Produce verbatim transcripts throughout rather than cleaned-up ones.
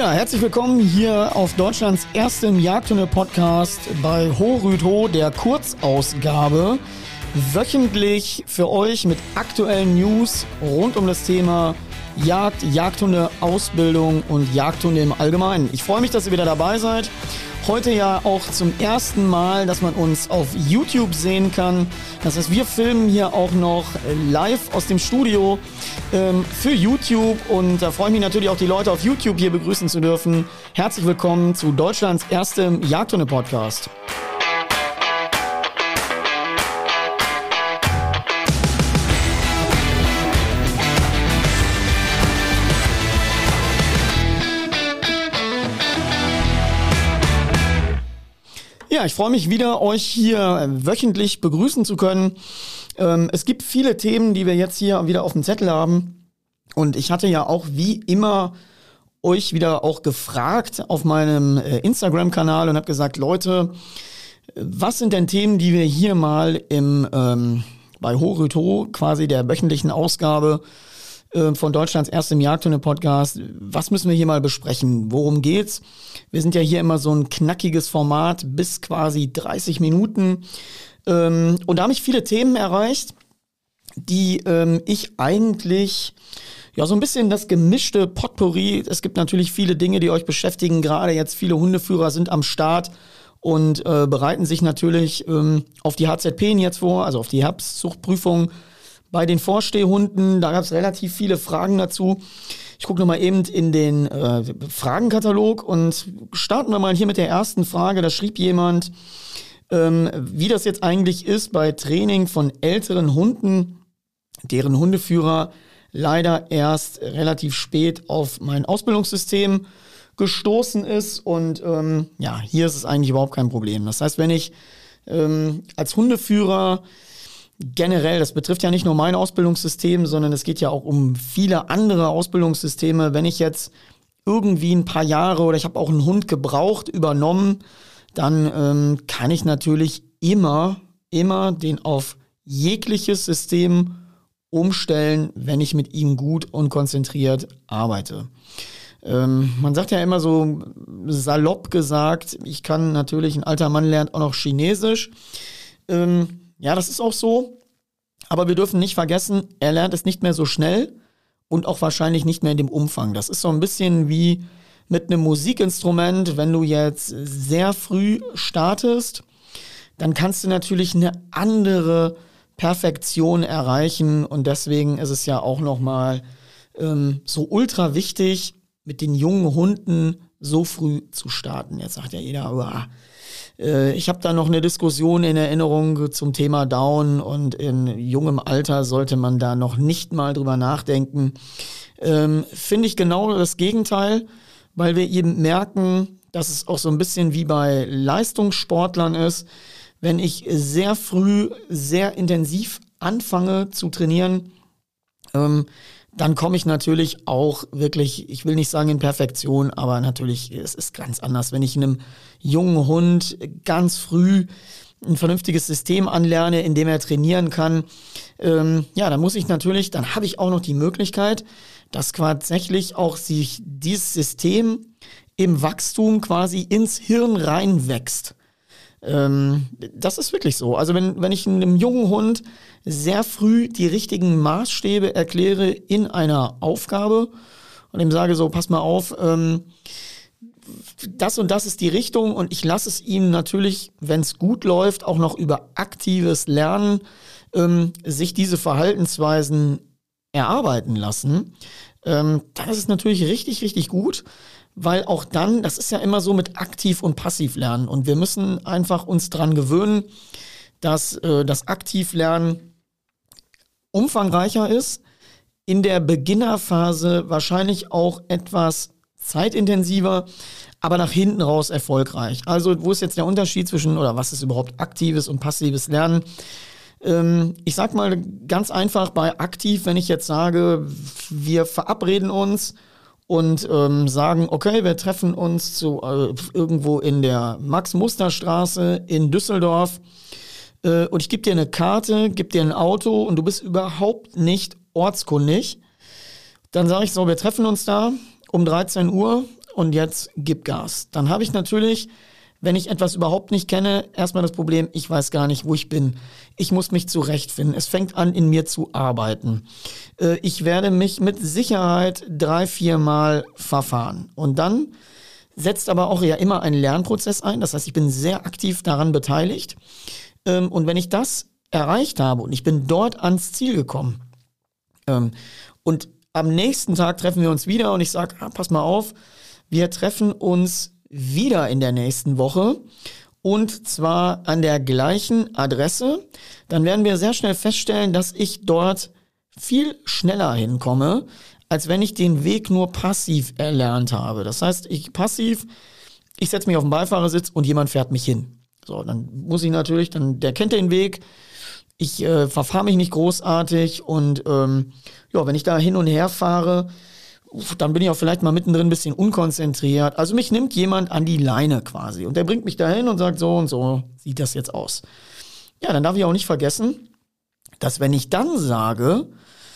Ja, herzlich willkommen hier auf Deutschlands erstem Jagdhunde-Podcast bei Ho Rüd Ho, der Kurzausgabe. Wöchentlich für euch mit aktuellen News rund um das Thema Jagd, Jagdhunde, Ausbildung und Jagdhunde im Allgemeinen. Ich freue mich, dass ihr wieder dabei seid. Heute ja auch zum ersten Mal, dass man uns auf YouTube sehen kann. Das heißt, wir filmen hier auch noch live aus dem Studio ähm, für YouTube. Und da freue ich mich natürlich auch, die Leute auf YouTube hier begrüßen zu dürfen. Herzlich willkommen zu Deutschlands erstem Jagdhunde-Podcast. Ja, ich freue mich wieder, euch hier wöchentlich begrüßen zu können. Ähm, es gibt viele Themen, die wir jetzt hier wieder auf dem Zettel haben. Und ich hatte ja auch wie immer euch wieder auch gefragt auf meinem äh, Instagram-Kanal und habe gesagt, Leute, was sind denn Themen, die wir hier mal im ähm, bei Ho Rüd Ho, quasi der wöchentlichen Ausgabe äh, von Deutschlands erstem Jagdhunde-Podcast, was müssen wir hier mal besprechen? Worum geht's? Wir sind ja hier immer so ein knackiges Format bis quasi dreißig Minuten. Ähm, und da habe ich viele Themen erreicht, die ähm, ich eigentlich, ja, so ein bisschen das gemischte Potpourri, es gibt natürlich viele Dinge, die euch beschäftigen, gerade jetzt viele Hundeführer sind am Start und äh, bereiten sich natürlich ähm, auf die H Z P jetzt vor, also auf die Herbstzuchtprüfung bei den Vorstehhunden. Da gab es relativ viele Fragen dazu. Ich gucke nochmal eben in den äh, Fragenkatalog und starten wir mal hier mit der ersten Frage. Da schrieb jemand, ähm, wie das jetzt eigentlich ist bei Training von älteren Hunden, deren Hundeführer leider erst relativ spät auf mein Ausbildungssystem gestoßen ist. Und ähm, ja, hier ist es eigentlich überhaupt kein Problem. Das heißt, wenn ich ähm, als Hundeführer generell, das betrifft ja nicht nur mein Ausbildungssystem, sondern es geht ja auch um viele andere Ausbildungssysteme. Wenn ich jetzt irgendwie ein paar Jahre oder ich habe auch einen Hund gebraucht, übernommen, dann ähm, kann ich natürlich immer, immer den auf jegliches System umstellen, wenn ich mit ihm gut und konzentriert arbeite. Ähm, man sagt ja immer so salopp gesagt, ich kann natürlich, ein alter Mann lernt auch noch Chinesisch. Ähm, Ja, das ist auch so, aber wir dürfen nicht vergessen, er lernt es nicht mehr so schnell und auch wahrscheinlich nicht mehr in dem Umfang. Das ist so ein bisschen wie mit einem Musikinstrument, wenn du jetzt sehr früh startest, dann kannst du natürlich eine andere Perfektion erreichen und deswegen ist es ja auch nochmal ähm, so ultra wichtig, mit den jungen Hunden so früh zu starten. Jetzt sagt ja jeder, aber ich habe da noch eine Diskussion in Erinnerung zum Thema Down und in jungem Alter sollte man da noch nicht mal drüber nachdenken. Ähm, finde ich genau das Gegenteil, weil wir eben merken, dass es auch so ein bisschen wie bei Leistungssportlern ist. Wenn ich sehr früh, sehr intensiv anfange zu trainieren, ähm, dann komme ich natürlich auch wirklich, ich will nicht sagen in Perfektion, aber natürlich, es ist ganz anders. Wenn ich einem jungen Hund ganz früh ein vernünftiges System anlerne, in dem er trainieren kann, ähm, ja, dann muss ich natürlich, dann habe ich auch noch die Möglichkeit, dass tatsächlich auch sich dieses System im Wachstum quasi ins Hirn reinwächst. Ähm, das ist wirklich so. Also wenn, wenn ich einem jungen Hund sehr früh die richtigen Maßstäbe erkläre in einer Aufgabe und ihm sage so, pass mal auf, ähm, das und das ist die Richtung und ich lasse es ihm natürlich, wenn es gut läuft, auch noch über aktives Lernen ähm, sich diese Verhaltensweisen erarbeiten lassen, ähm, dann ist es natürlich richtig, richtig gut. Weil auch dann, das ist ja immer so mit aktiv und passiv lernen und wir müssen einfach uns dran gewöhnen, dass äh, das Aktivlernen umfangreicher ist, in der Beginnerphase wahrscheinlich auch etwas zeitintensiver, aber nach hinten raus erfolgreich. Also wo ist jetzt der Unterschied zwischen, oder was ist überhaupt aktives und passives Lernen? Ähm, ich sag mal ganz einfach bei aktiv, wenn ich jetzt sage, wir verabreden uns und ähm, sagen, okay, wir treffen uns zu, äh, irgendwo in der Max-Muster-Straße in Düsseldorf äh, und ich gebe dir eine Karte, gebe dir ein Auto und du bist überhaupt nicht ortskundig. Dann sage ich so, wir treffen uns da um dreizehn Uhr und jetzt gib Gas. Dann habe ich natürlich, wenn ich etwas überhaupt nicht kenne, erstmal das Problem, ich weiß gar nicht, wo ich bin. Ich muss mich zurechtfinden. Es fängt an, in mir zu arbeiten. Äh, ich werde mich mit Sicherheit drei, vier Mal verfahren. Und dann setzt aber auch ja immer ein Lernprozess ein. Das heißt, ich bin sehr aktiv daran beteiligt. Ähm, und wenn ich das erreicht habe und ich bin dort ans Ziel gekommen ähm, und am nächsten Tag treffen wir uns wieder und ich sage, ah, pass mal auf, wir treffen uns wieder in der nächsten Woche und zwar an der gleichen Adresse, dann werden wir sehr schnell feststellen, dass ich dort viel schneller hinkomme, als wenn ich den Weg nur passiv erlernt habe. Das heißt, ich passiv, ich setze mich auf den Beifahrersitz und jemand fährt mich hin. So, dann muss ich natürlich, dann der kennt den Weg, ich äh, verfahre mich nicht großartig und ähm, ja, wenn ich da hin und her fahre, dann bin ich auch vielleicht mal mittendrin ein bisschen unkonzentriert. Also mich nimmt jemand an die Leine quasi und der bringt mich dahin und sagt, so und so sieht das jetzt aus. Ja, dann darf ich auch nicht vergessen, dass wenn ich dann sage,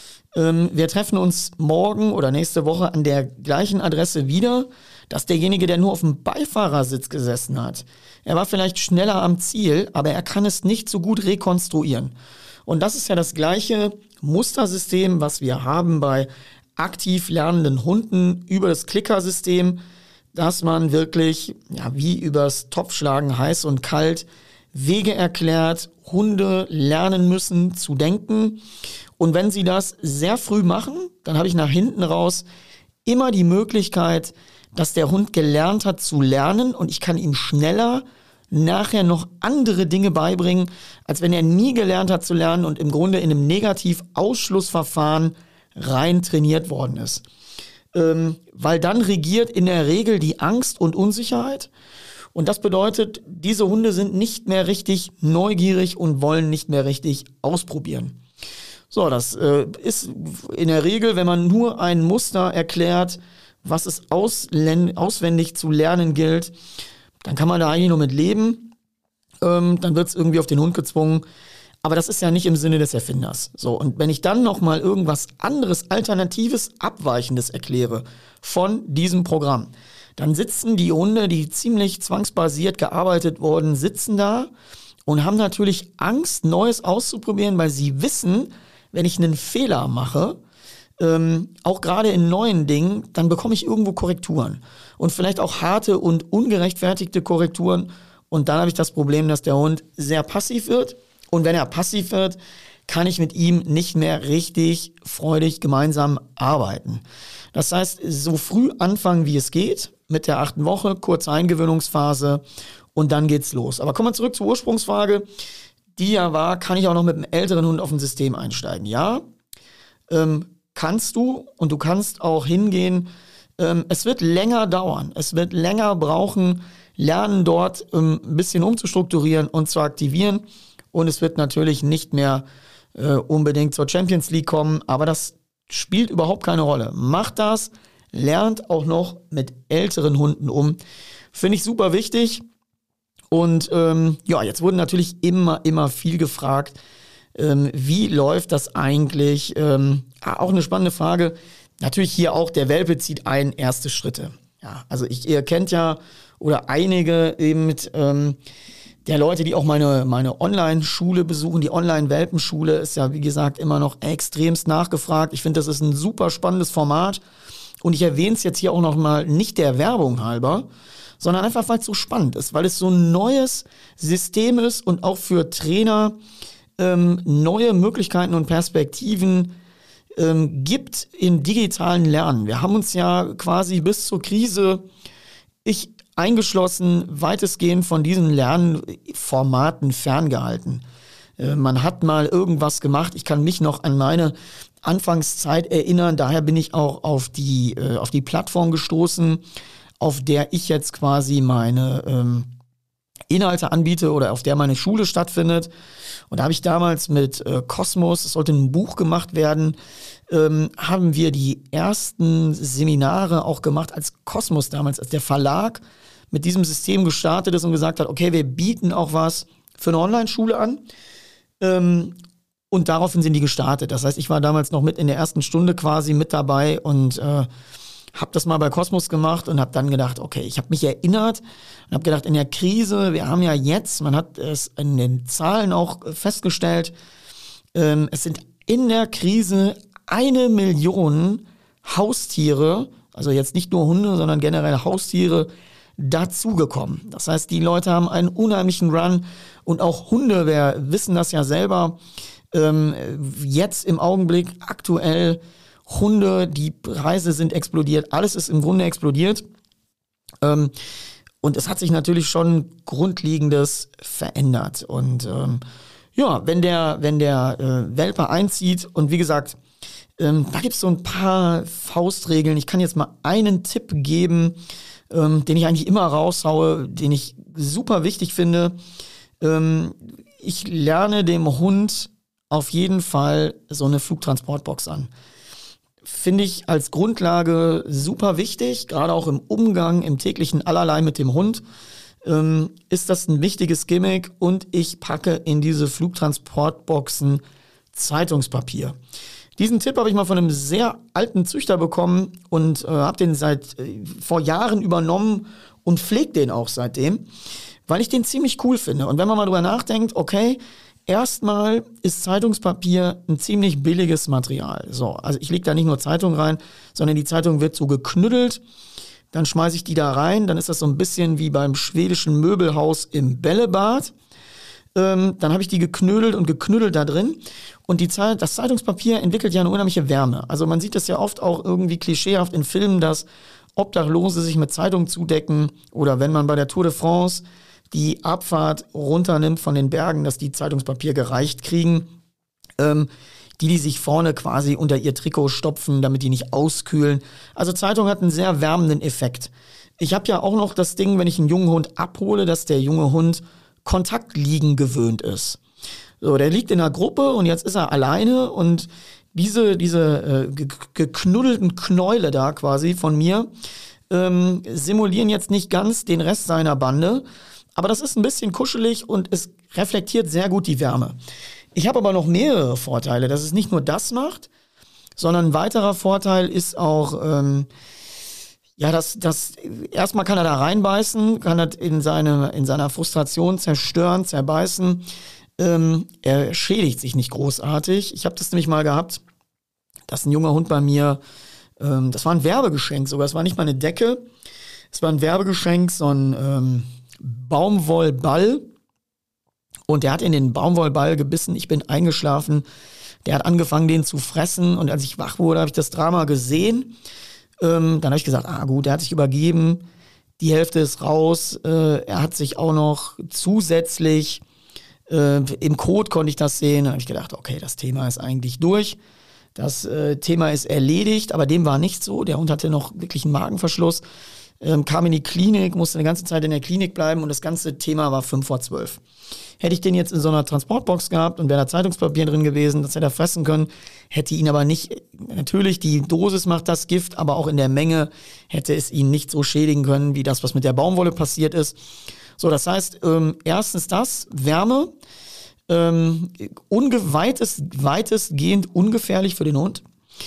ähm, wir treffen uns morgen oder nächste Woche an der gleichen Adresse wieder, dass derjenige, der nur auf dem Beifahrersitz gesessen hat, er war vielleicht schneller am Ziel, aber er kann es nicht so gut rekonstruieren. Und das ist ja das gleiche Mustersystem, was wir haben bei aktiv lernenden Hunden über das Klickersystem, dass man wirklich, ja, wie übers Topfschlagen heiß und kalt Wege erklärt, Hunde lernen müssen zu denken. Und wenn sie das sehr früh machen, dann habe ich nach hinten raus immer die Möglichkeit, dass der Hund gelernt hat zu lernen und ich kann ihm schneller nachher noch andere Dinge beibringen, als wenn er nie gelernt hat zu lernen und im Grunde in einem Negativausschlussverfahren rein trainiert worden ist. Ähm, weil dann regiert in der Regel die Angst und Unsicherheit. Und das bedeutet, diese Hunde sind nicht mehr richtig neugierig und wollen nicht mehr richtig ausprobieren. So, das äh, ist in der Regel, wenn man nur ein Muster erklärt, was es auslen- auswendig zu lernen gilt, dann kann man da eigentlich nur mit leben. Ähm, dann wird es irgendwie auf den Hund gezwungen. Aber das ist ja nicht im Sinne des Erfinders. So, und wenn ich dann nochmal irgendwas anderes, Alternatives, Abweichendes erkläre von diesem Programm, dann sitzen die Hunde, die ziemlich zwangsbasiert gearbeitet wurden, sitzen da und haben natürlich Angst, Neues auszuprobieren, weil sie wissen, wenn ich einen Fehler mache, ähm, auch gerade in neuen Dingen, dann bekomme ich irgendwo Korrekturen. Und vielleicht auch harte und ungerechtfertigte Korrekturen. Und dann habe ich das Problem, dass der Hund sehr passiv wird. Und wenn er passiv wird, kann ich mit ihm nicht mehr richtig freudig gemeinsam arbeiten. Das heißt, so früh anfangen, wie es geht, mit der achten Woche, kurze Eingewöhnungsphase und dann geht's los. Aber kommen wir zurück zur Ursprungsfrage, die ja war, kann ich auch noch mit einem älteren Hund auf ein System einsteigen? Ja, ähm, kannst du und du kannst auch hingehen. Ähm, es wird länger dauern, es wird länger brauchen, Lernen dort ähm, ein bisschen umzustrukturieren und zu aktivieren. Und es wird natürlich nicht mehr äh, unbedingt zur Champions League kommen, aber das spielt überhaupt keine Rolle. Macht das, lernt auch noch mit älteren Hunden um. Finde ich super wichtig. Und ähm, ja, jetzt wurde natürlich immer, immer viel gefragt, ähm, wie läuft das eigentlich? Ähm, auch eine spannende Frage. Natürlich hier auch, der Welpe zieht ein, erste Schritte. Ja, also ich, ihr kennt ja, oder einige eben mit ähm, der Leute, die auch meine, meine Online-Schule besuchen, die Online-Welpenschule ist ja, wie gesagt, immer noch extremst nachgefragt. Ich finde, das ist ein super spannendes Format. Und ich erwähne es jetzt hier auch noch mal nicht der Werbung halber, sondern einfach, weil es so spannend ist, weil es so ein neues System ist und auch für Trainer ähm, neue Möglichkeiten und Perspektiven ähm, gibt im digitalen Lernen. Wir haben uns ja quasi bis zur Krise, ich eingeschlossen, weitestgehend von diesen Lernformaten ferngehalten. Äh, man hat mal irgendwas gemacht. Ich kann mich noch an meine Anfangszeit erinnern. Daher bin ich auch auf die, äh, auf die Plattform gestoßen, auf der ich jetzt quasi meine ähm, Inhalte anbiete oder auf der meine Schule stattfindet. Und da habe ich damals mit äh, Cosmos, es sollte ein Buch gemacht werden, ähm, haben wir die ersten Seminare auch gemacht, als Cosmos damals, als der Verlag mit diesem System gestartet ist und gesagt hat, okay, wir bieten auch was für eine Online-Schule an. Ähm, und daraufhin sind die gestartet. Das heißt, ich war damals noch mit in der ersten Stunde quasi mit dabei und äh, Habe das mal bei Cosmos gemacht und habe dann gedacht, okay, ich habe mich erinnert und habe gedacht, in der Krise, wir haben ja jetzt, man hat es in den Zahlen auch festgestellt, ähm, es sind in der Krise eine Million Haustiere, also jetzt nicht nur Hunde, sondern generell Haustiere, dazugekommen. Das heißt, die Leute haben einen unheimlichen Run und auch Hunde, wir wissen das ja selber, ähm, jetzt im Augenblick aktuell Hunde, die Preise sind explodiert, alles ist im Grunde explodiert. Ähm, und es hat sich natürlich schon Grundlegendes verändert. Und ähm, ja, wenn der, wenn der äh, Welpe einzieht und wie gesagt, ähm, da gibt es so ein paar Faustregeln. Ich kann jetzt mal einen Tipp geben, ähm, den ich eigentlich immer raushaue, den ich super wichtig finde. Ähm, ich lerne dem Hund auf jeden Fall so eine Flugtransportbox an. Finde ich als Grundlage super wichtig, gerade auch im Umgang, im täglichen Allerlei mit dem Hund, ähm, ist das ein wichtiges Gimmick und ich packe in diese Flugtransportboxen Zeitungspapier. Diesen Tipp habe ich mal von einem sehr alten Züchter bekommen und äh, habe den seit äh, vor Jahren übernommen und pflege den auch seitdem, weil ich den ziemlich cool finde. Und wenn man mal drüber nachdenkt, okay, erstmal ist Zeitungspapier ein ziemlich billiges Material. So, also ich lege da nicht nur Zeitung rein, sondern die Zeitung wird so geknüttelt. Dann schmeiße ich die da rein. Dann ist das so ein bisschen wie beim schwedischen Möbelhaus im Bällebad. Ähm, dann habe ich die geknödelt und geknüttelt da drin. Und die Zeit, das Zeitungspapier entwickelt ja eine unheimliche Wärme. Also man sieht das ja oft auch irgendwie klischeehaft in Filmen, dass Obdachlose sich mit Zeitung zudecken oder wenn man bei der Tour de France die Abfahrt runternimmt von den Bergen, dass die Zeitungspapier gereicht kriegen, ähm, die die sich vorne quasi unter ihr Trikot stopfen, damit die nicht auskühlen. Also Zeitung hat einen sehr wärmenden Effekt. Ich habe ja auch noch das Ding, wenn ich einen jungen Hund abhole, dass der junge Hund Kontaktliegen gewöhnt ist. So, der liegt in einer Gruppe und jetzt ist er alleine und diese, diese äh, ge- geknuddelten Knäule da quasi von mir ähm, simulieren jetzt nicht ganz den Rest seiner Bande, aber das ist ein bisschen kuschelig und es reflektiert sehr gut die Wärme. Ich habe aber noch mehrere Vorteile, dass es nicht nur das macht, sondern ein weiterer Vorteil ist auch, ähm, ja, das, das, erstmal kann er da reinbeißen, kann er in, seine, in seiner Frustration zerstören, zerbeißen. Ähm, er schädigt sich nicht großartig. Ich habe das nämlich mal gehabt, dass ein junger Hund bei mir, ähm, das war ein Werbegeschenk sogar, es war nicht mal eine Decke, es war ein Werbegeschenk, so ein ähm, Baumwollball. Und der hat in den Baumwollball gebissen, ich bin eingeschlafen, der hat angefangen, den zu fressen und als ich wach wurde, habe ich das Drama gesehen. Ähm, dann habe ich gesagt, ah gut, der hat sich übergeben, die Hälfte ist raus, äh, er hat sich auch noch zusätzlich, äh, im Code konnte ich das sehen, dann habe ich gedacht, okay, das Thema ist eigentlich durch, das äh, Thema ist erledigt, aber dem war nicht so, der Hund hatte noch wirklich einen Magenverschluss, ähm, kam in die Klinik, musste eine ganze Zeit in der Klinik bleiben und das ganze Thema war fünf vor zwölf. Hätte ich den jetzt in so einer Transportbox gehabt und wäre da Zeitungspapier drin gewesen, das hätte er fressen können, hätte ihn aber nicht, natürlich die Dosis macht das Gift, aber auch in der Menge hätte es ihn nicht so schädigen können, wie das, was mit der Baumwolle passiert ist. So, das heißt, ähm, erstens das, Wärme, ähm, unge- weitest, weitestgehend ungefährlich für den Hund.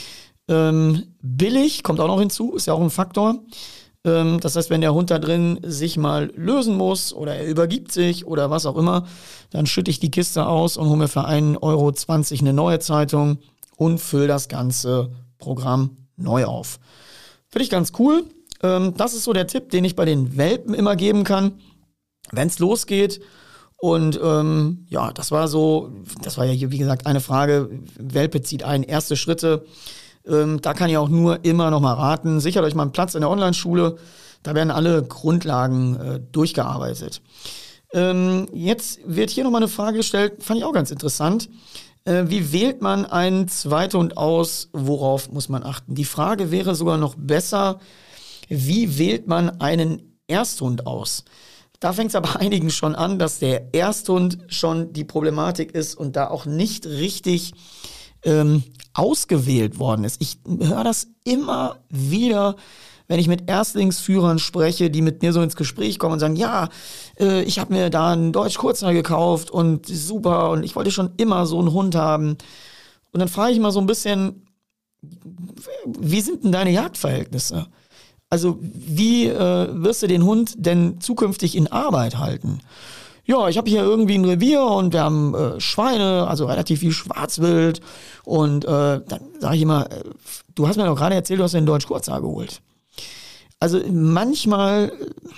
Ähm, billig, kommt auch noch hinzu, ist ja auch ein Faktor. Das heißt, wenn der Hund da drin sich mal lösen muss oder er übergibt sich oder was auch immer, dann schütte ich die Kiste aus und hole mir für einen Euro zwanzig eine neue Zeitung und fülle das ganze Programm neu auf. Finde ich ganz cool. Das ist so der Tipp, den ich bei den Welpen immer geben kann, wenn es losgeht. Und ähm, ja, das war so, das war ja hier, wie gesagt, eine Frage. Welpe zieht ein, erste Schritte. Ähm, da kann ich auch nur immer noch mal raten, sichert euch mal einen Platz in der Online-Schule, da werden alle Grundlagen äh, durchgearbeitet. Ähm, jetzt wird hier noch mal eine Frage gestellt, fand ich auch ganz interessant. Äh, wie wählt man einen Zweithund aus, worauf muss man achten? Die Frage wäre sogar noch besser, wie wählt man einen Ersthund aus? Da fängt es aber einigen schon an, dass der Ersthund schon die Problematik ist und da auch nicht richtig ähm, ausgewählt worden ist. Ich höre das immer wieder, wenn ich mit Erstlingsführern spreche, die mit mir so ins Gespräch kommen und sagen, ja, äh, ich habe mir da einen Deutsch-Kurzhaar gekauft und super und ich wollte schon immer so einen Hund haben. Und dann frage ich mal so ein bisschen, wie sind denn deine Jagdverhältnisse? Also wie äh, wirst du den Hund denn zukünftig in Arbeit halten? Ja, ich habe hier irgendwie ein Revier und wir haben äh, Schweine, also relativ viel Schwarzwild. Und äh, dann sage ich immer, äh, du hast mir doch gerade erzählt, du hast den Deutsch Kurzhaar geholt. Also manchmal,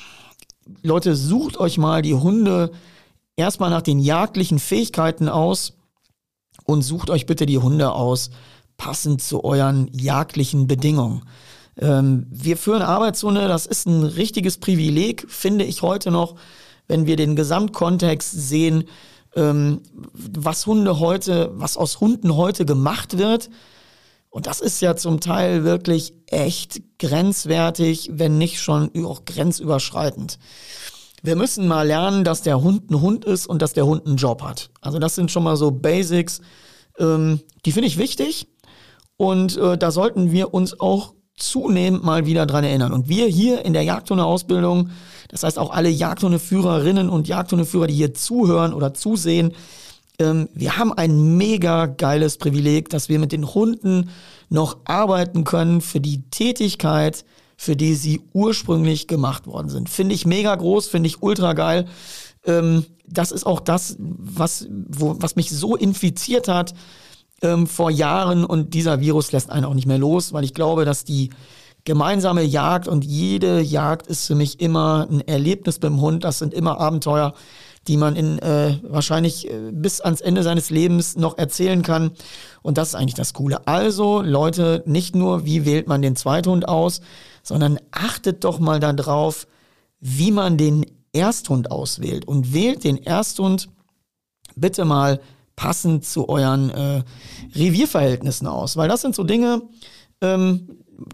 Leute, sucht euch mal die Hunde erstmal nach den jagdlichen Fähigkeiten aus und sucht euch bitte die Hunde aus, passend zu euren jagdlichen Bedingungen. Ähm, wir führen Arbeitshunde, das ist ein richtiges Privileg, finde ich heute noch, wenn wir den Gesamtkontext sehen, ähm, was Hunde heute, was aus Hunden heute gemacht wird. Und das ist ja zum Teil wirklich echt grenzwertig, wenn nicht schon auch grenzüberschreitend. Wir müssen mal lernen, dass der Hund ein Hund ist und dass der Hund einen Job hat. Also das sind schon mal so Basics, ähm, die finde ich wichtig. Und äh, da sollten wir uns auch zunehmend mal wieder dran erinnern. Und wir hier in der Jagdhundeausbildung, das heißt auch alle Jagdhundeführerinnen und Jagdhundeführer, die hier zuhören oder zusehen, ähm, wir haben ein mega geiles Privileg, dass wir mit den Hunden noch arbeiten können für die Tätigkeit, für die sie ursprünglich gemacht worden sind. Finde ich mega groß, finde ich ultra geil. Ähm, das ist auch das, was, wo, was mich so infiziert hat, Ähm, vor Jahren, und dieser Virus lässt einen auch nicht mehr los, weil ich glaube, dass die gemeinsame Jagd, und jede Jagd ist für mich immer ein Erlebnis beim Hund, das sind immer Abenteuer, die man in äh, wahrscheinlich äh, bis ans Ende seines Lebens noch erzählen kann, und das ist eigentlich das Coole. Also Leute, nicht nur, wie wählt man den Zweithund aus, sondern achtet doch mal darauf, wie man den Ersthund auswählt, und wählt den Ersthund bitte mal passend zu euren äh, Revierverhältnissen aus. Weil das sind so Dinge, ähm,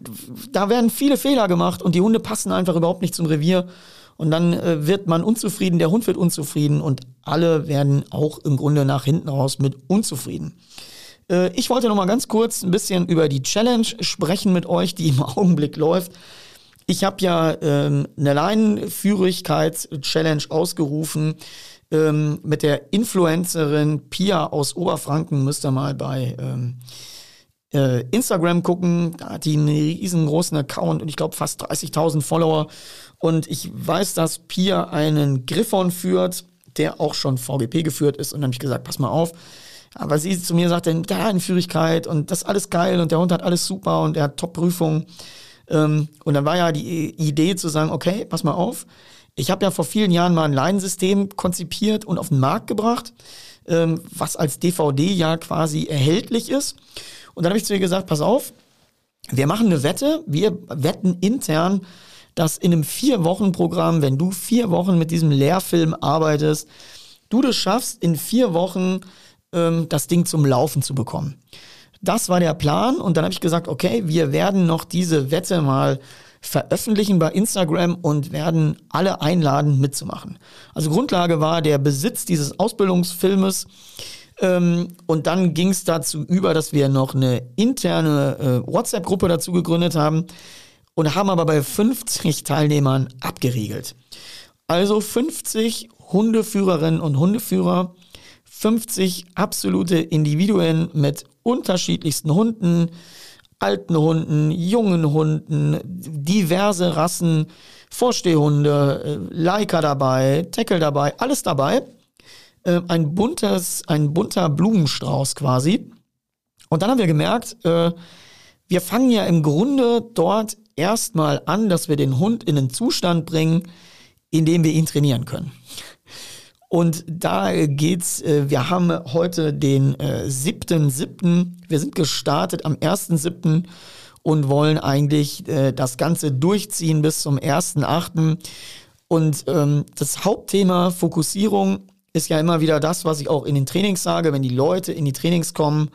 da werden viele Fehler gemacht und die Hunde passen einfach überhaupt nicht zum Revier. Und dann äh, wird man unzufrieden, der Hund wird unzufrieden und alle werden auch im Grunde nach hinten raus mit unzufrieden. Äh, ich wollte noch mal ganz kurz ein bisschen über die Challenge sprechen mit euch, die im Augenblick läuft. Ich habe ja ähm, eine Leinenführigkeits-Challenge ausgerufen, Ähm, mit der Influencerin Pia aus Oberfranken. Müsst ihr mal bei ähm, äh, Instagram gucken. Da hat die einen riesengroßen Account und ich glaube fast dreißigtausend Follower. Und ich weiß, dass Pia einen Griffon führt, der auch schon V G P geführt ist. Und dann habe ich gesagt, pass mal auf. Aber sie zu mir sagte, da hat eine Führigkeit und das ist alles geil und der Hund hat alles super und er hat Top-Prüfungen. Ähm, und dann war ja die Idee zu sagen, okay, pass mal auf. Ich habe ja vor vielen Jahren mal ein Leinensystem konzipiert und auf den Markt gebracht, ähm, was als D V D ja quasi erhältlich ist. Und dann habe ich zu ihr gesagt, pass auf, wir machen eine Wette, wir wetten intern, dass in einem Vier-Wochen-Programm, wenn du vier Wochen mit diesem Lehrfilm arbeitest, du das schaffst, in vier Wochen ähm, das Ding zum Laufen zu bekommen. Das war der Plan, und dann habe ich gesagt, okay, wir werden noch diese Wette mal veröffentlichen bei Instagram und werden alle einladen, mitzumachen. Also Grundlage war der Besitz dieses Ausbildungsfilmes, ähm, und dann ging es dazu über, dass wir noch eine interne äh, WhatsApp-Gruppe dazu gegründet haben und haben aber bei fünfzig Teilnehmern abgeriegelt. Also fünfzig Hundeführerinnen und Hundeführer, fünfzig absolute Individuen mit unterschiedlichsten Hunden, alten Hunden, jungen Hunden, diverse Rassen, Vorstehhunde, Leica dabei, Tackle dabei, alles dabei. Äh, ein buntes, ein bunter Blumenstrauß quasi. Und dann haben wir gemerkt, äh, wir fangen ja im Grunde dort erstmal an, dass wir den Hund in einen Zustand bringen, in dem wir ihn trainieren können. Und da geht's, wir haben heute den äh, siebten siebten Wir sind gestartet am ersten siebten und wollen eigentlich äh, das Ganze durchziehen bis zum ersten achten Und ähm, das Hauptthema Fokussierung ist ja immer wieder das, was ich auch in den Trainings sage, wenn die Leute in die Trainings kommen.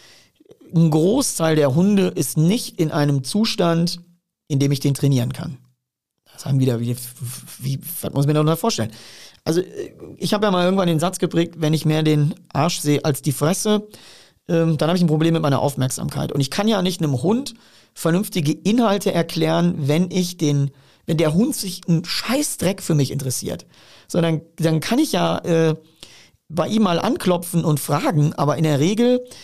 Ein Großteil der Hunde ist nicht in einem Zustand, in dem ich den trainieren kann. Das sagen wieder, wie, wie was muss ich mir da vorstellen? Also ich habe ja mal irgendwann den Satz geprägt, wenn ich mehr den Arsch sehe als die Fresse, ähm, dann habe ich ein Problem mit meiner Aufmerksamkeit. Und ich kann ja nicht einem Hund vernünftige Inhalte erklären, wenn ich den, wenn der Hund sich einen Scheißdreck für mich interessiert. Sondern dann kann ich ja äh, bei ihm mal anklopfen und fragen, aber in der Regel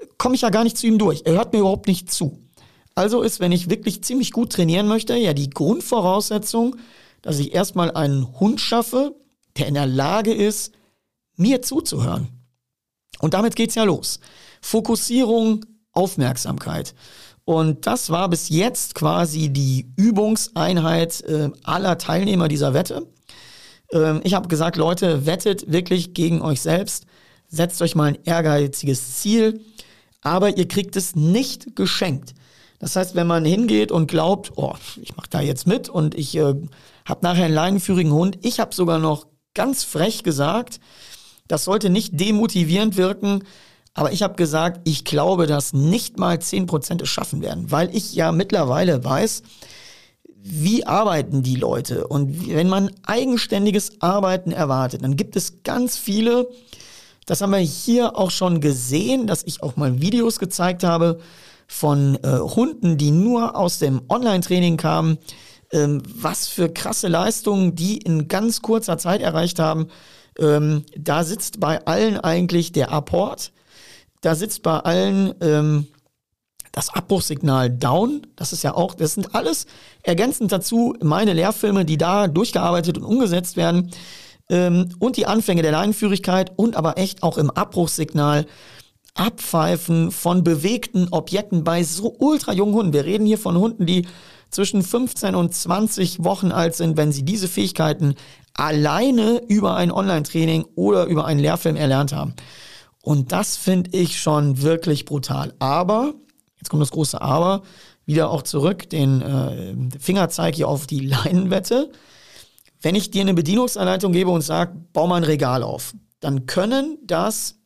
komme ich ja gar nicht zu ihm durch. Er hört mir überhaupt nicht zu. Also ist, wenn ich wirklich ziemlich gut trainieren möchte, ja die Grundvoraussetzung, dass ich erstmal einen Hund schaffe, der in der Lage ist, mir zuzuhören. Und damit geht's ja los. Fokussierung, Aufmerksamkeit. Und das war bis jetzt quasi die Übungseinheit äh, aller Teilnehmer dieser Wette. Ähm, ich habe gesagt, Leute, wettet wirklich gegen euch selbst. Setzt euch mal ein ehrgeiziges Ziel, aber ihr kriegt es nicht geschenkt. Das heißt, wenn man hingeht und glaubt, oh, ich mache da jetzt mit und ich äh, habe nachher einen leinenführigen Hund. Ich habe sogar noch ganz frech gesagt, das sollte nicht demotivierend wirken, aber ich habe gesagt, ich glaube, dass nicht mal zehn Prozent es schaffen werden, weil ich ja mittlerweile weiß, wie arbeiten die Leute. Und wenn man eigenständiges Arbeiten erwartet, dann gibt es ganz viele, das haben wir hier auch schon gesehen, dass ich auch mal Videos gezeigt habe von äh, Hunden, die nur aus dem Online-Training kamen, ähm, was für krasse Leistungen die in ganz kurzer Zeit erreicht haben. Ähm, da sitzt bei allen eigentlich der Apport, da sitzt bei allen ähm, das Abbruchssignal down. Das ist ja auch, das sind alles ergänzend dazu meine Lehrfilme, die da durchgearbeitet und umgesetzt werden. Ähm, und die Anfänge der Leinenführigkeit und aber echt auch im Abbruchssignal Abpfeifen von bewegten Objekten bei so ultra jungen Hunden. Wir reden hier von Hunden, die zwischen fünfzehn und zwanzig Wochen alt sind, wenn sie diese Fähigkeiten alleine über ein Online-Training oder über einen Lehrfilm erlernt haben. Und das finde ich schon wirklich brutal. Aber, jetzt kommt das große Aber, wieder auch zurück, den äh, Fingerzeig hier auf die Leinenwette. Wenn ich dir eine Bedienungsanleitung gebe und sage, bau mal ein Regal auf, dann können das,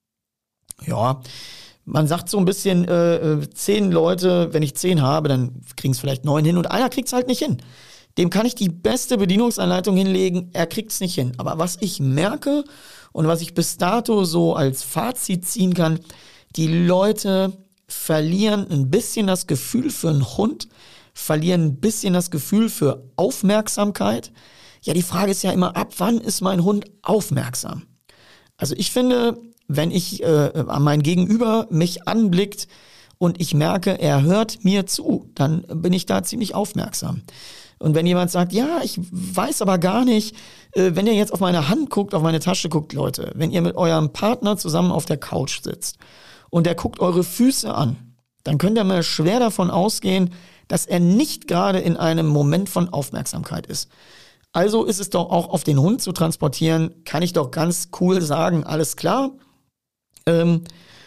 ja, man sagt so ein bisschen, äh, zehn Leute, wenn ich zehn habe, dann kriegen es vielleicht neun hin und einer kriegt es halt nicht hin. Dem kann ich die beste Bedienungsanleitung hinlegen, er kriegt es nicht hin. Aber was ich merke und was ich bis dato so als Fazit ziehen kann, die Leute verlieren ein bisschen das Gefühl für einen Hund, verlieren ein bisschen das Gefühl für Aufmerksamkeit. Ja, die Frage ist ja immer, ab wann ist mein Hund aufmerksam? Also ich finde, wenn ich äh, an mein Gegenüber mich anblickt und ich merke, er hört mir zu, dann bin ich da ziemlich aufmerksam. Und wenn jemand sagt, ja, ich weiß aber gar nicht, äh, wenn ihr jetzt auf meine Hand guckt, auf meine Tasche guckt, Leute, wenn ihr mit eurem Partner zusammen auf der Couch sitzt und der guckt eure Füße an, dann könnt ihr mal schwer davon ausgehen, dass er nicht gerade in einem Moment von Aufmerksamkeit ist. Also ist es doch auch auf den Hund zu transportieren, kann ich doch ganz cool sagen, alles klar, ähm,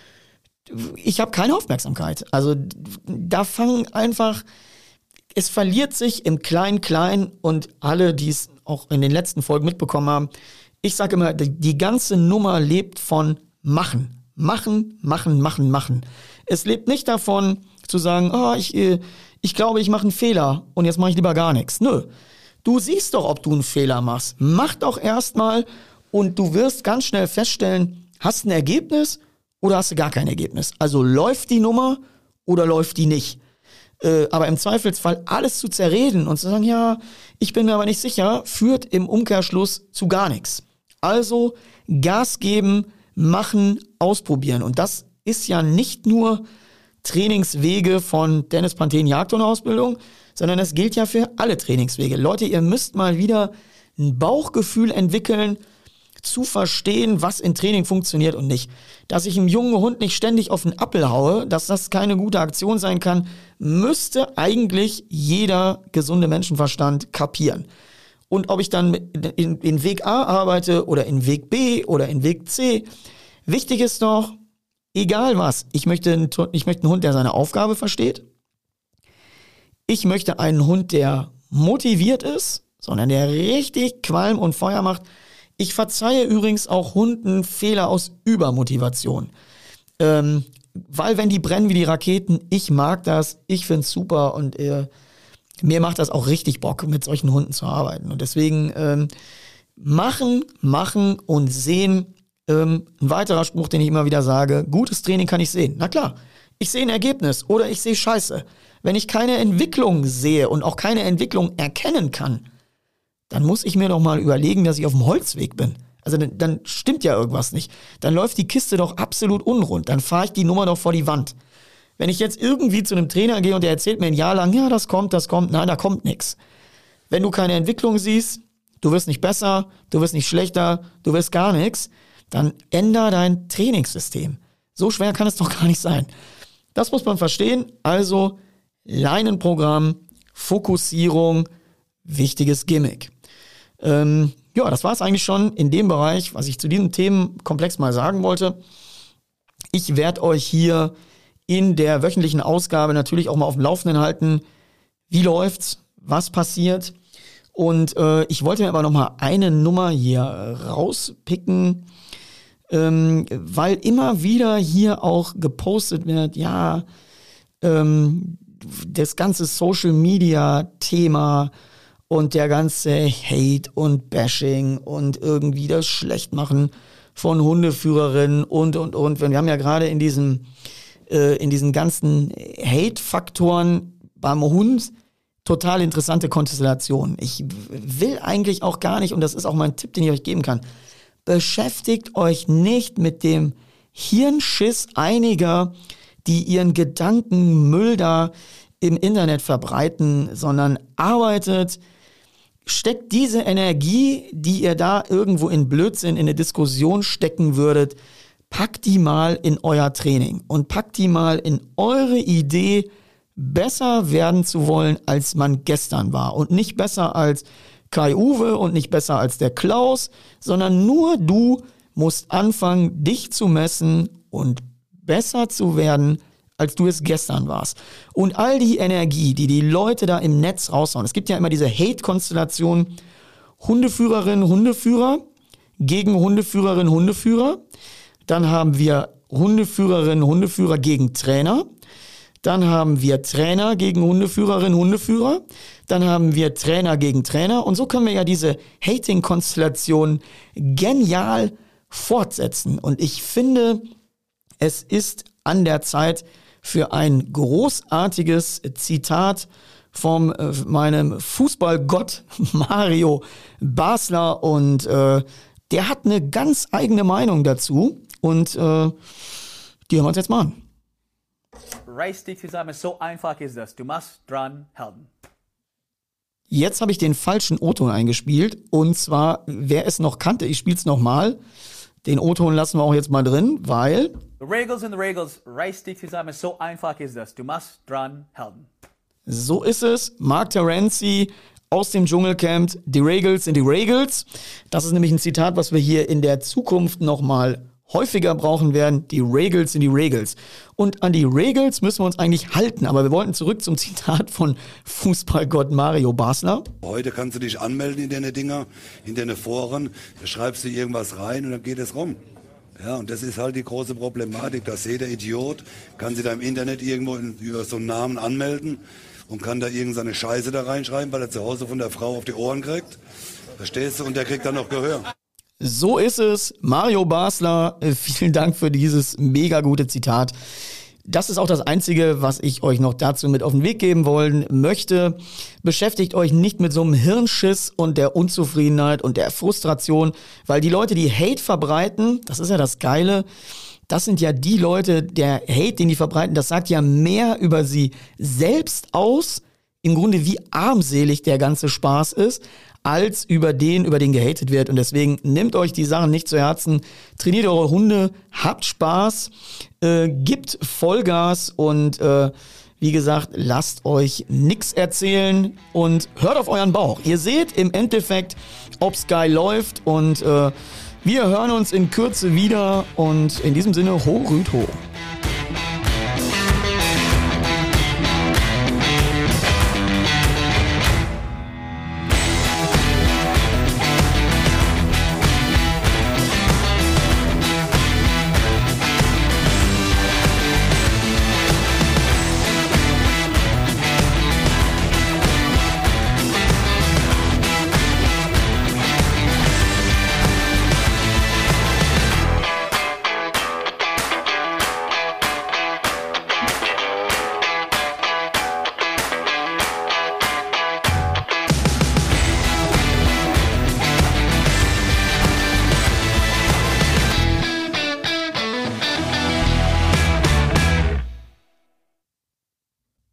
ich habe keine Aufmerksamkeit. Also da fangen einfach, es verliert sich im Klein-Klein und alle, die es auch in den letzten Folgen mitbekommen haben, ich sage immer, die, die ganze Nummer lebt von Machen. Machen, machen, machen, machen. Es lebt nicht davon zu sagen, oh, ich, ich glaube, ich mache einen Fehler und jetzt mache ich lieber gar nichts. Nö. Du siehst doch, ob du einen Fehler machst. Mach doch erstmal und du wirst ganz schnell feststellen, hast du ein Ergebnis oder hast du gar kein Ergebnis. Also läuft die Nummer oder läuft die nicht. Äh, aber im Zweifelsfall alles zu zerreden und zu sagen, ja, ich bin mir aber nicht sicher, führt im Umkehrschluss zu gar nichts. Also Gas geben, machen, ausprobieren. Und das ist ja nicht nur Trainingswege von Dennis Panthen Jagdhundeausbildung, sondern das gilt ja für alle Trainingswege. Leute, ihr müsst mal wieder ein Bauchgefühl entwickeln, zu verstehen, was in Training funktioniert und nicht. Dass ich einem jungen Hund nicht ständig auf den Appel haue, dass das keine gute Aktion sein kann, müsste eigentlich jeder gesunde Menschenverstand kapieren. Und ob ich dann in, in Weg A arbeite oder in Weg B oder in Weg C, wichtig ist doch, egal was, ich möchte, einen, ich möchte einen Hund, der seine Aufgabe versteht. Ich möchte einen Hund, der motiviert ist, sondern der richtig Qualm und Feuer macht. Ich verzeihe übrigens auch Hunden Fehler aus Übermotivation. Ähm, weil wenn die brennen wie die Raketen, ich mag das, ich find's super und äh, mir macht das auch richtig Bock, mit solchen Hunden zu arbeiten. Und deswegen ähm, machen, machen und sehen. Ähm, ein weiterer Spruch, den ich immer wieder sage, gutes Training kann ich sehen. Na klar, ich sehe ein Ergebnis oder ich sehe Scheiße. Wenn ich keine Entwicklung sehe und auch keine Entwicklung erkennen kann, dann muss ich mir doch mal überlegen, dass ich auf dem Holzweg bin. Also dann, dann stimmt ja irgendwas nicht. Dann läuft die Kiste doch absolut unrund. Dann fahre ich die Nummer doch vor die Wand. Wenn ich jetzt irgendwie zu einem Trainer gehe und der erzählt mir ein Jahr lang, ja, das kommt, das kommt, nein, da kommt nichts. Wenn du keine Entwicklung siehst, du wirst nicht besser, du wirst nicht schlechter, du wirst gar nichts, dann änder dein Trainingssystem. So schwer kann es doch gar nicht sein. Das muss man verstehen. Also Leinenprogramm, Fokussierung, wichtiges Gimmick. Ähm, ja, das war es eigentlich schon in dem Bereich, was ich zu diesem Themenkomplex mal sagen wollte. Ich werde euch hier in der wöchentlichen Ausgabe natürlich auch mal auf dem Laufenden halten. Wie läuft's? Was passiert? Und äh, ich wollte mir aber noch mal eine Nummer hier rauspicken, ähm, weil immer wieder hier auch gepostet wird, ja, ähm, das ganze Social-Media-Thema und der ganze Hate und Bashing und irgendwie das Schlechtmachen von Hundeführerinnen und, und, und. Wir haben ja gerade in diesem, äh, in diesen ganzen Hate-Faktoren beim Hund total interessante Konstellation. Ich will eigentlich auch gar nicht, und das ist auch mein Tipp, den ich euch geben kann, beschäftigt euch nicht mit dem Hirnschiss einiger, die ihren Gedankenmüll da im Internet verbreiten, sondern arbeitet, steckt diese Energie, die ihr da irgendwo in Blödsinn, in eine Diskussion stecken würdet, packt die mal in euer Training und packt die mal in eure Idee, besser werden zu wollen, als man gestern war. Und nicht besser als Kai-Uwe und nicht besser als der Klaus, sondern nur du musst anfangen, dich zu messen und besser zu werden, als du es gestern warst. Und all die Energie, die die Leute da im Netz raushauen, es gibt ja immer diese Hate-Konstellation, Hundeführerin, Hundeführer gegen Hundeführerin, Hundeführer. Dann haben wir Hundeführerin, Hundeführer gegen Trainer. Dann haben wir Trainer gegen Hundeführerin, Hundeführer. Dann haben wir Trainer gegen Trainer. Und so können wir ja diese Hating-Konstellation genial fortsetzen. Und ich finde, es ist an der Zeit für ein großartiges Zitat von äh, meinem Fußballgott Mario Basler. Und äh, der hat eine ganz eigene Meinung dazu. Und äh, die hören wir uns jetzt mal an. Race-Stick zusammen, so einfach ist das. Du musst dran halten. Jetzt habe ich den falschen O-Ton eingespielt. Und zwar, wer es noch kannte, ich spiele es nochmal. Den O-Ton lassen wir auch jetzt mal drin, weil... The Regels and the Regels, Race-Stick zusammen, so einfach ist das. Du musst dran halten. So ist es. Mark Terenzi aus dem Dschungelcamp. Die Regels sind die Regels. Das ist nämlich ein Zitat, was wir hier in der Zukunft nochmal häufiger brauchen werden. Die Regels sind die Regels. Und an die Regels müssen wir uns eigentlich halten. Aber wir wollten zurück zum Zitat von Fußballgott Mario Basler. Heute kannst du dich anmelden in deine Dinger, in deine Foren. Da schreibst du irgendwas rein und dann geht es rum. Ja, und das ist halt die große Problematik, dass jeder Idiot kann sich da im Internet irgendwo in, über so einen Namen anmelden und kann da irgendeine Scheiße da reinschreiben, weil er zu Hause von der Frau auf die Ohren kriegt. Verstehst du? Und der kriegt dann noch Gehör. So ist es. Mario Basler, vielen Dank für dieses mega gute Zitat. Das ist auch das Einzige, was ich euch noch dazu mit auf den Weg geben wollen möchte. Beschäftigt euch nicht mit so einem Hirnschiss und der Unzufriedenheit und der Frustration, weil die Leute, die Hate verbreiten, das ist ja das Geile, das sind ja die Leute, der Hate, den die verbreiten, das sagt ja mehr über sie selbst aus, im Grunde wie armselig der ganze Spaß ist, als über den, über den gehatet wird. Und deswegen nehmt euch die Sachen nicht zu Herzen, trainiert eure Hunde, habt Spaß, äh, gibt Vollgas und äh, wie gesagt, lasst euch nix erzählen und hört auf euren Bauch. Ihr seht im Endeffekt, ob's geil läuft und äh, wir hören uns in Kürze wieder und in diesem Sinne, ho, rüd, ho.